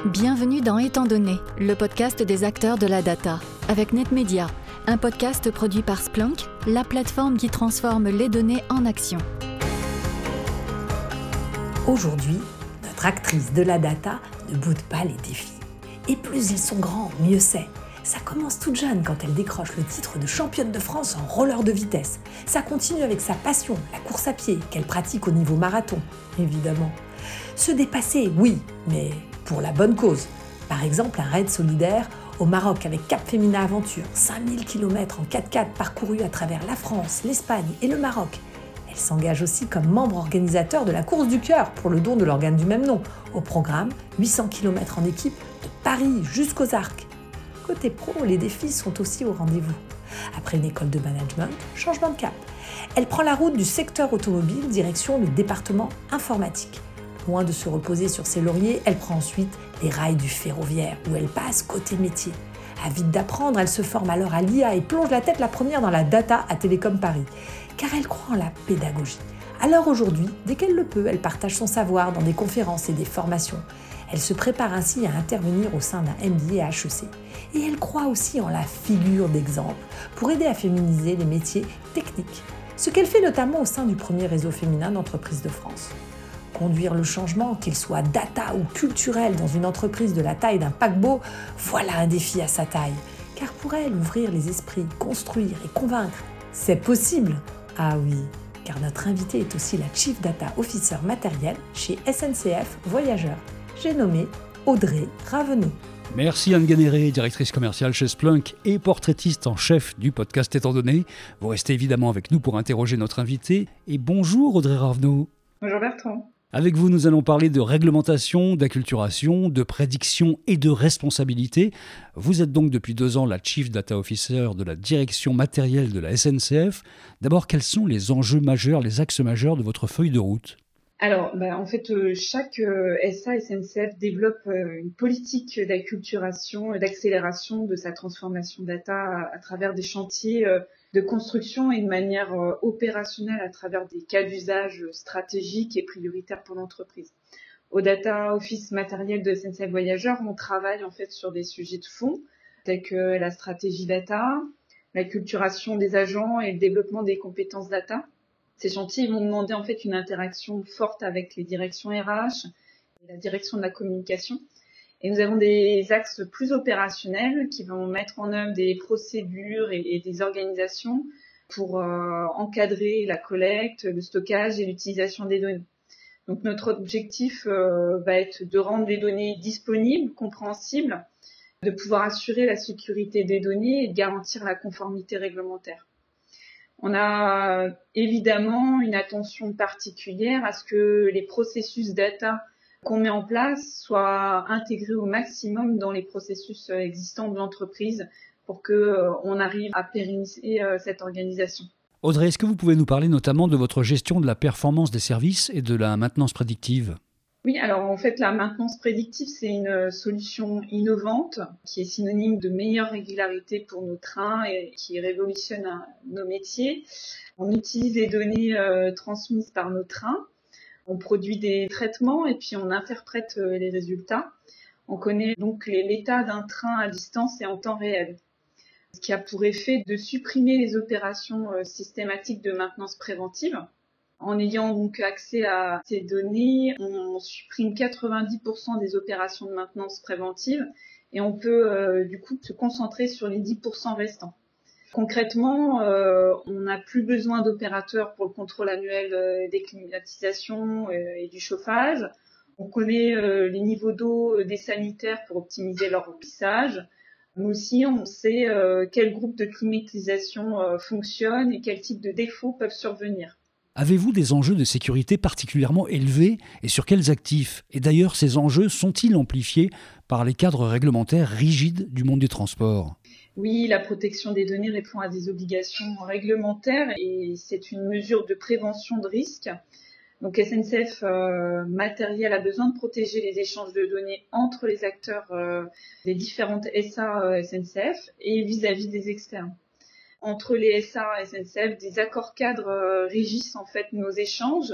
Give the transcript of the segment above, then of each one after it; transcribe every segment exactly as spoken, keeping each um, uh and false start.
Bienvenue dans Étant donné, le podcast des acteurs de la data, avec NetMedia, un podcast produit par Splunk, la plateforme qui transforme les données en action. Aujourd'hui, notre actrice de la data ne boude pas les défis. Et plus ils sont grands, mieux c'est. Ça commence toute jeune quand elle décroche le titre de championne de France en roller de vitesse. Ça continue avec sa passion, la course à pied, qu'elle pratique au niveau marathon, évidemment. Se dépasser, oui, mais pour la bonne cause. Par exemple, un raid solidaire au Maroc avec Cap Femina Aventure, cinq mille kilomètres en quatre-quatre parcourus à travers la France, l'Espagne et le Maroc. Elle s'engage aussi comme membre organisateur de la course du cœur pour le don de l'organe du même nom. Au programme, huit cents kilomètres en équipe de Paris jusqu'aux Arcs. Côté pro, les défis sont aussi au rendez-vous. Après une école de management, changement de cap. Elle prend la route du secteur automobile, direction le département informatique. Loin de se reposer sur ses lauriers, elle prend ensuite les rails du ferroviaire, où elle passe côté métier. Avide d'apprendre, elle se forme alors à l'I A et plonge la tête la première dans la data à Télécom Paris. Car elle croit en la pédagogie. Alors aujourd'hui, dès qu'elle le peut, elle partage son savoir dans des conférences et des formations. Elle se prépare ainsi à intervenir au sein d'un M B A à H E C. Et elle croit aussi en la figure d'exemple pour aider à féminiser les métiers techniques. Ce qu'elle fait notamment au sein du premier réseau féminin d'entreprises de France. Conduire le changement, qu'il soit data ou culturel dans une entreprise de la taille d'un paquebot, voilà un défi à sa taille. Car pour elle, ouvrir les esprits, construire et convaincre, c'est possible. Ah oui, car notre invitée est aussi la Chief Data Officer matériel chez S N C F Voyageurs. J'ai nommé Audrey Ravenot. Merci Anne Ganéré, directrice commerciale chez Splunk et portraitiste en chef du podcast Étant donné. Vous restez évidemment avec nous pour interroger notre invitée. Et bonjour Audrey Ravenot. Bonjour Bertrand. Avec vous, nous allons parler de réglementation, d'acculturation, de prédiction et de responsabilité. Vous êtes donc depuis deux ans la Chief Data Officer de la direction matérielle de la S N C F. D'abord, quels sont les enjeux majeurs, les axes majeurs de votre feuille de route ? Alors, bah, en fait, euh, chaque euh, S A S N C F développe euh, une politique d'acculturation et d'accélération de sa transformation data à, à travers des chantiers euh, de construction et de manière euh, opérationnelle à travers des cas d'usage stratégiques et prioritaires pour l'entreprise. Au Data Office matériel de S N C F Voyageurs, on travaille en fait sur des sujets de fond tels que la stratégie data, l'acculturation des agents et le développement des compétences data. Ces chantiers vont demander en fait une interaction forte avec les directions R H et la direction de la communication. Et nous avons des axes plus opérationnels qui vont mettre en œuvre des procédures et, et des organisations pour euh, encadrer la collecte, le stockage et l'utilisation des données. Donc notre objectif euh, va être de rendre les données disponibles, compréhensibles, de pouvoir assurer la sécurité des données et de garantir la conformité réglementaire. On a évidemment une attention particulière à ce que les processus data qu'on met en place soient intégrés au maximum dans les processus existants de l'entreprise pour que euh, on arrive à pérenniser euh, cette organisation. Audrey, est-ce que vous pouvez nous parler notamment de votre gestion de la performance des services et de la maintenance prédictive ? Oui, alors en fait, la maintenance prédictive, c'est une solution innovante qui est synonyme de meilleure régularité pour nos trains et qui révolutionne nos métiers. On utilise les données euh, transmises par nos trains, on produit des traitements et puis on interprète euh, les résultats. On connaît donc l'état d'un train à distance et en temps réel, ce qui a pour effet de supprimer les opérations euh, systématiques de maintenance préventive. En ayant donc accès à ces données, on supprime quatre-vingt-dix pour cent des opérations de maintenance préventive et on peut euh, du coup se concentrer sur les dix pour cent restants. Concrètement, euh, on n'a plus besoin d'opérateurs pour le contrôle annuel euh, des climatisations euh, et du chauffage. On connaît euh, les niveaux d'eau des sanitaires pour optimiser leur remplissage. Mais aussi, on sait euh, quel groupe de climatisation euh, fonctionne et quel type de défauts peuvent survenir. Avez-vous des enjeux de sécurité particulièrement élevés et sur quels actifs ? Et d'ailleurs, ces enjeux sont-ils amplifiés par les cadres réglementaires rigides du monde des transports ? Oui, la protection des données répond à des obligations réglementaires et c'est une mesure de prévention de risque. Donc S N C F euh, matériel a besoin de protéger les échanges de données entre les acteurs euh, des différentes S A euh, S N C F et vis-à-vis des externes. Entre les S A et S N C F, des accords cadres euh, régissent en fait nos échanges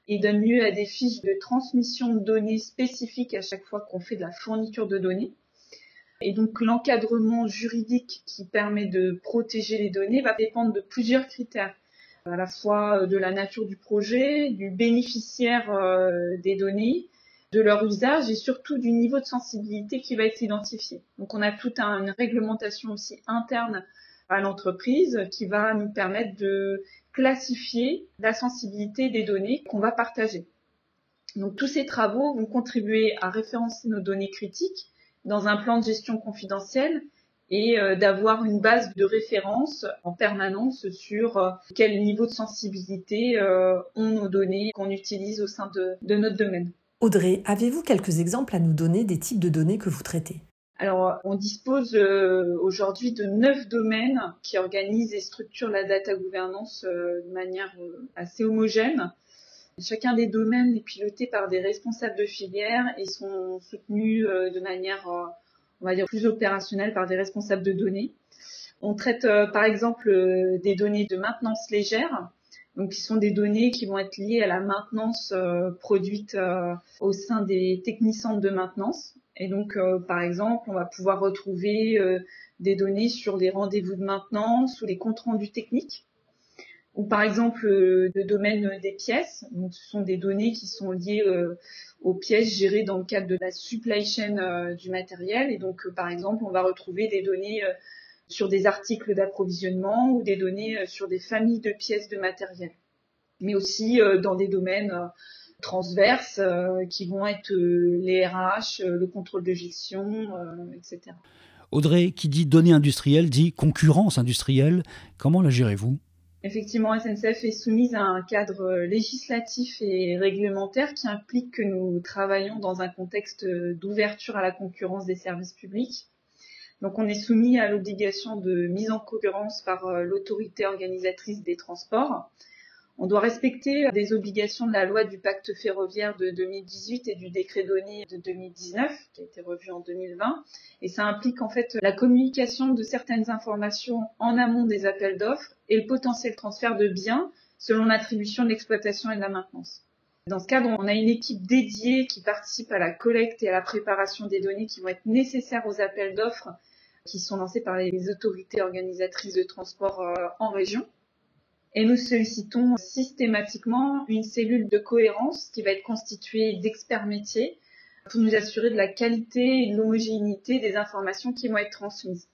et donne lieu à des fiches de transmission de données spécifiques à chaque fois qu'on fait de la fourniture de données. Et donc l'encadrement juridique qui permet de protéger les données va dépendre de plusieurs critères, à la fois de la nature du projet, du bénéficiaire euh, des données, de leur usage et surtout du niveau de sensibilité qui va être identifié. Donc on a toute une réglementation aussi interne à l'entreprise qui va nous permettre de classifier la sensibilité des données qu'on va partager. Donc tous ces travaux vont contribuer à référencer nos données critiques dans un plan de gestion confidentielle et euh, d'avoir une base de référence en permanence sur euh, quel niveau de sensibilité euh, ont nos données qu'on utilise au sein de, de notre domaine. Audrey, avez-vous quelques exemples à nous donner des types de données que vous traitez ? Alors, on dispose euh, aujourd'hui de neuf domaines qui organisent et structurent la data gouvernance euh, de manière euh, assez homogène. Chacun des domaines est piloté par des responsables de filière et sont soutenus euh, de manière, euh, on va dire, plus opérationnelle par des responsables de données. On traite euh, par exemple euh, des données de maintenance légère, donc qui sont des données qui vont être liées à la maintenance euh, produite euh, au sein des technicentres de maintenance. Et donc, euh, par exemple, on va pouvoir retrouver euh, des données sur les rendez-vous de maintenance ou les comptes rendus techniques. Ou par exemple, euh, le domaine des pièces. Donc, ce sont des données qui sont liées euh, aux pièces gérées dans le cadre de la supply chain euh, du matériel. Et donc, euh, par exemple, on va retrouver des données euh, sur des articles d'approvisionnement ou des données euh, sur des familles de pièces de matériel. Mais aussi euh, dans des domaines euh, transverses euh, qui vont être euh, les R H, euh, le contrôle de gestion, euh, et cetera. Audrey, qui dit données industrielles, dit concurrence industrielle. Comment la gérez-vous ? Effectivement, S N C F est soumise à un cadre législatif et réglementaire qui implique que nous travaillons dans un contexte d'ouverture à la concurrence des services publics. Donc on est soumis à l'obligation de mise en concurrence par l'autorité organisatrice des transports. On doit respecter des obligations de la loi du pacte ferroviaire de deux mille dix-huit et du décret donné de deux mille dix-neuf, qui a été revu en deux mille vingt. Et ça implique en fait la communication de certaines informations en amont des appels d'offres et le potentiel transfert de biens selon l'attribution de l'exploitation et de la maintenance. Dans ce cadre, on a une équipe dédiée qui participe à la collecte et à la préparation des données qui vont être nécessaires aux appels d'offres qui sont lancés par les autorités organisatrices de transport en région. Et nous sollicitons systématiquement une cellule de cohérence qui va être constituée d'experts métiers pour nous assurer de la qualité et de l'homogénéité des informations qui vont être transmises.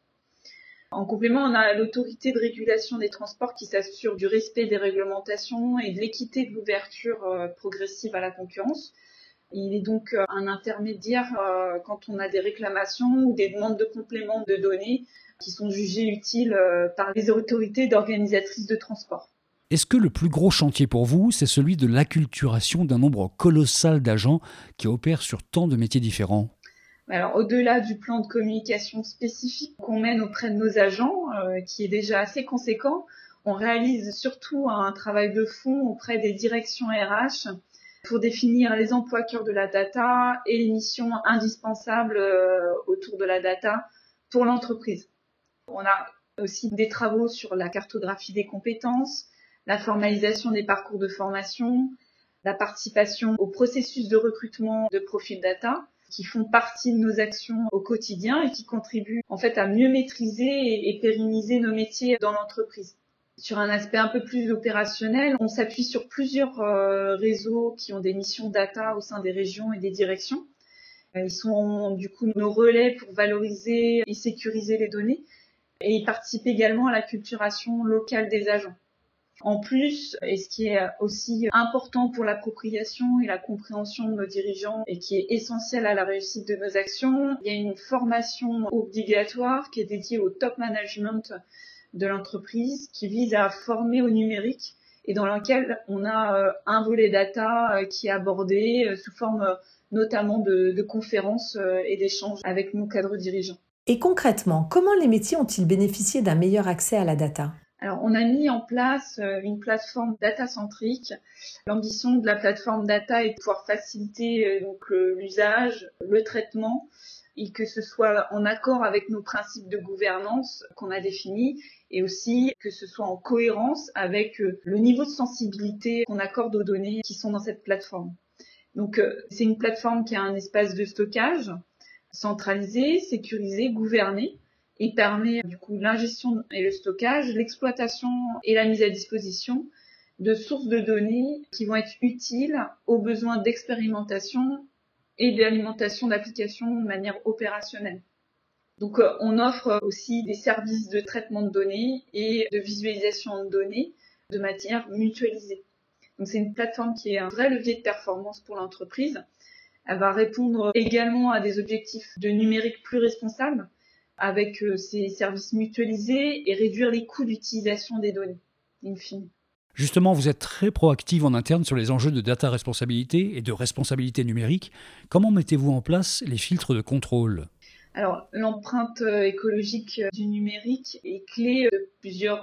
En complément, on a l'autorité de régulation des transports qui s'assure du respect des réglementations et de l'équité de l'ouverture progressive à la concurrence. Il est donc un intermédiaire quand on a des réclamations ou des demandes de complément de données qui sont jugées utiles par les autorités d'organisatrices de transport. Est-ce que le plus gros chantier pour vous, c'est celui de l'acculturation d'un nombre colossal d'agents qui opèrent sur tant de métiers différents ? Alors, au-delà du plan de communication spécifique qu'on mène auprès de nos agents, euh, qui est déjà assez conséquent, on réalise surtout un travail de fond auprès des directions R H pour définir les emplois cœurs de la data et les missions indispensables euh, autour de la data pour l'entreprise. On a aussi des travaux sur la cartographie des compétences, la formalisation des parcours de formation, la participation au processus de recrutement de profils data qui font partie de nos actions au quotidien et qui contribuent en fait à mieux maîtriser et pérenniser nos métiers dans l'entreprise. Sur un aspect un peu plus opérationnel, on s'appuie sur plusieurs euh, réseaux qui ont des missions data au sein des régions et des directions. Ils sont du coup nos relais pour valoriser et sécuriser les données et ils participent également à la culturation locale des agents. En plus, et ce qui est aussi important pour l'appropriation et la compréhension de nos dirigeants et qui est essentiel à la réussite de nos actions, il y a une formation obligatoire qui est dédiée au top management de l'entreprise qui vise à former au numérique et dans laquelle on a un volet data qui est abordé sous forme notamment de, de conférences et d'échanges avec nos cadres dirigeants. Et concrètement, comment les métiers ont-ils bénéficié d'un meilleur accès à la data ? Alors, on a mis en place une plateforme data-centrique. L'ambition de la plateforme data est de pouvoir faciliter donc l'usage, le traitement et que ce soit en accord avec nos principes de gouvernance qu'on a définis et aussi que ce soit en cohérence avec le niveau de sensibilité qu'on accorde aux données qui sont dans cette plateforme. Donc c'est une plateforme qui a un espace de stockage centralisé, sécurisé, gouverné et permet du coup l'ingestion et le stockage, l'exploitation et la mise à disposition de sources de données qui vont être utiles aux besoins d'expérimentation et d'alimentation d'applications de manière opérationnelle. Donc euh, on offre aussi des services de traitement de données et de visualisation de données de manière mutualisée. Donc c'est une plateforme qui est un vrai levier de performance pour l'entreprise. Elle va répondre également à des objectifs de numérique plus responsables avec euh, ces services mutualisés et réduire les coûts d'utilisation des données, in fine. Justement, vous êtes très proactive en interne sur les enjeux de data responsabilité et de responsabilité numérique. Comment mettez-vous en place les filtres de contrôle ? Alors, l'empreinte écologique du numérique est clé de plusieurs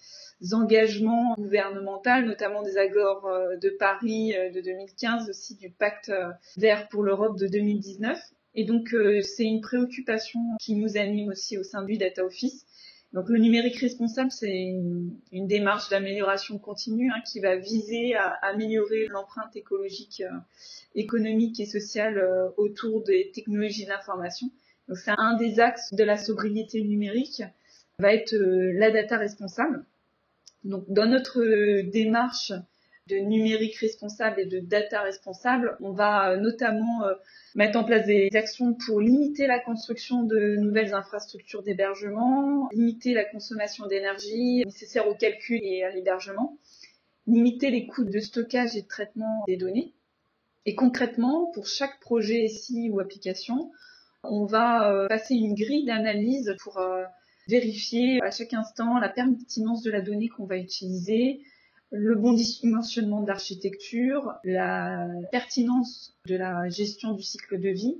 engagements gouvernementaux, notamment des accords de Paris de deux mille quinze, aussi du pacte vert pour l'Europe de deux mille dix-neuf. Et donc, c'est une préoccupation qui nous anime aussi au sein du Data Office. Donc le numérique responsable, c'est une, une démarche d'amélioration continue hein, qui va viser à améliorer l'empreinte écologique, euh, économique et sociale euh, autour des technologies de l'information. Donc c'est un des axes de la sobriété numérique, va être euh, la data responsable. Donc dans notre euh, démarche de numérique responsable et de data responsable, on va euh, notamment euh, mettre en place des actions pour limiter la construction de nouvelles infrastructures d'hébergement, limiter la consommation d'énergie nécessaire au calcul et à l'hébergement, limiter les coûts de stockage et de traitement des données. Et concrètement, pour chaque projet S I ou application, on va passer une grille d'analyse pour vérifier à chaque instant la pertinence de la donnée qu'on va utiliser, le bon dimensionnement de l'architecture, la pertinence de la gestion du cycle de vie.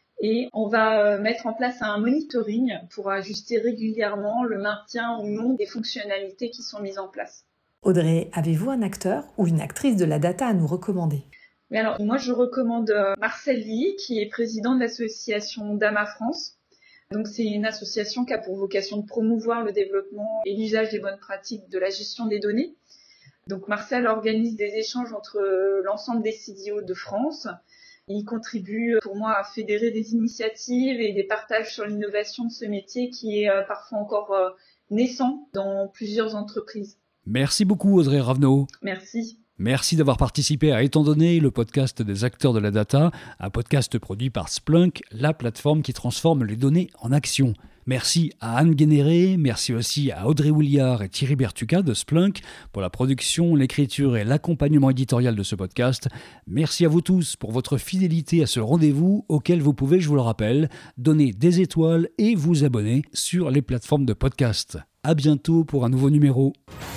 Et on va mettre en place un monitoring pour ajuster régulièrement le maintien ou non des fonctionnalités qui sont mises en place. Audrey, avez-vous un acteur ou une actrice de la data à nous recommander ? Mais alors, moi, je recommande Marcel Ly, qui est président de l'association Dama France. Donc, c'est une association qui a pour vocation de promouvoir le développement et l'usage des bonnes pratiques de la gestion des données. Donc Marcel organise des échanges entre l'ensemble des C D O de France. Il contribue pour moi à fédérer des initiatives et des partages sur l'innovation de ce métier qui est parfois encore naissant dans plusieurs entreprises. Merci beaucoup Audrey Ravenot. Merci. Merci d'avoir participé à Étant donné, le podcast des acteurs de la data, un podcast produit par Splunk, la plateforme qui transforme les données en action. Merci à Anne Guénéré, merci aussi à Audrey Houliard et Thierry Bertuca de Splunk pour la production, l'écriture et l'accompagnement éditorial de ce podcast. Merci à vous tous pour votre fidélité à ce rendez-vous auquel vous pouvez, je vous le rappelle, donner des étoiles et vous abonner sur les plateformes de podcast. À bientôt pour un nouveau numéro.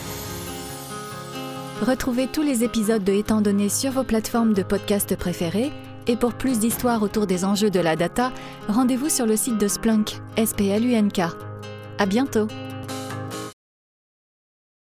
Retrouvez tous les épisodes de Étant donné sur vos plateformes de podcast préférées. Et pour plus d'histoires autour des enjeux de la data, rendez-vous sur le site de Splunk, S P L U N K. À bientôt!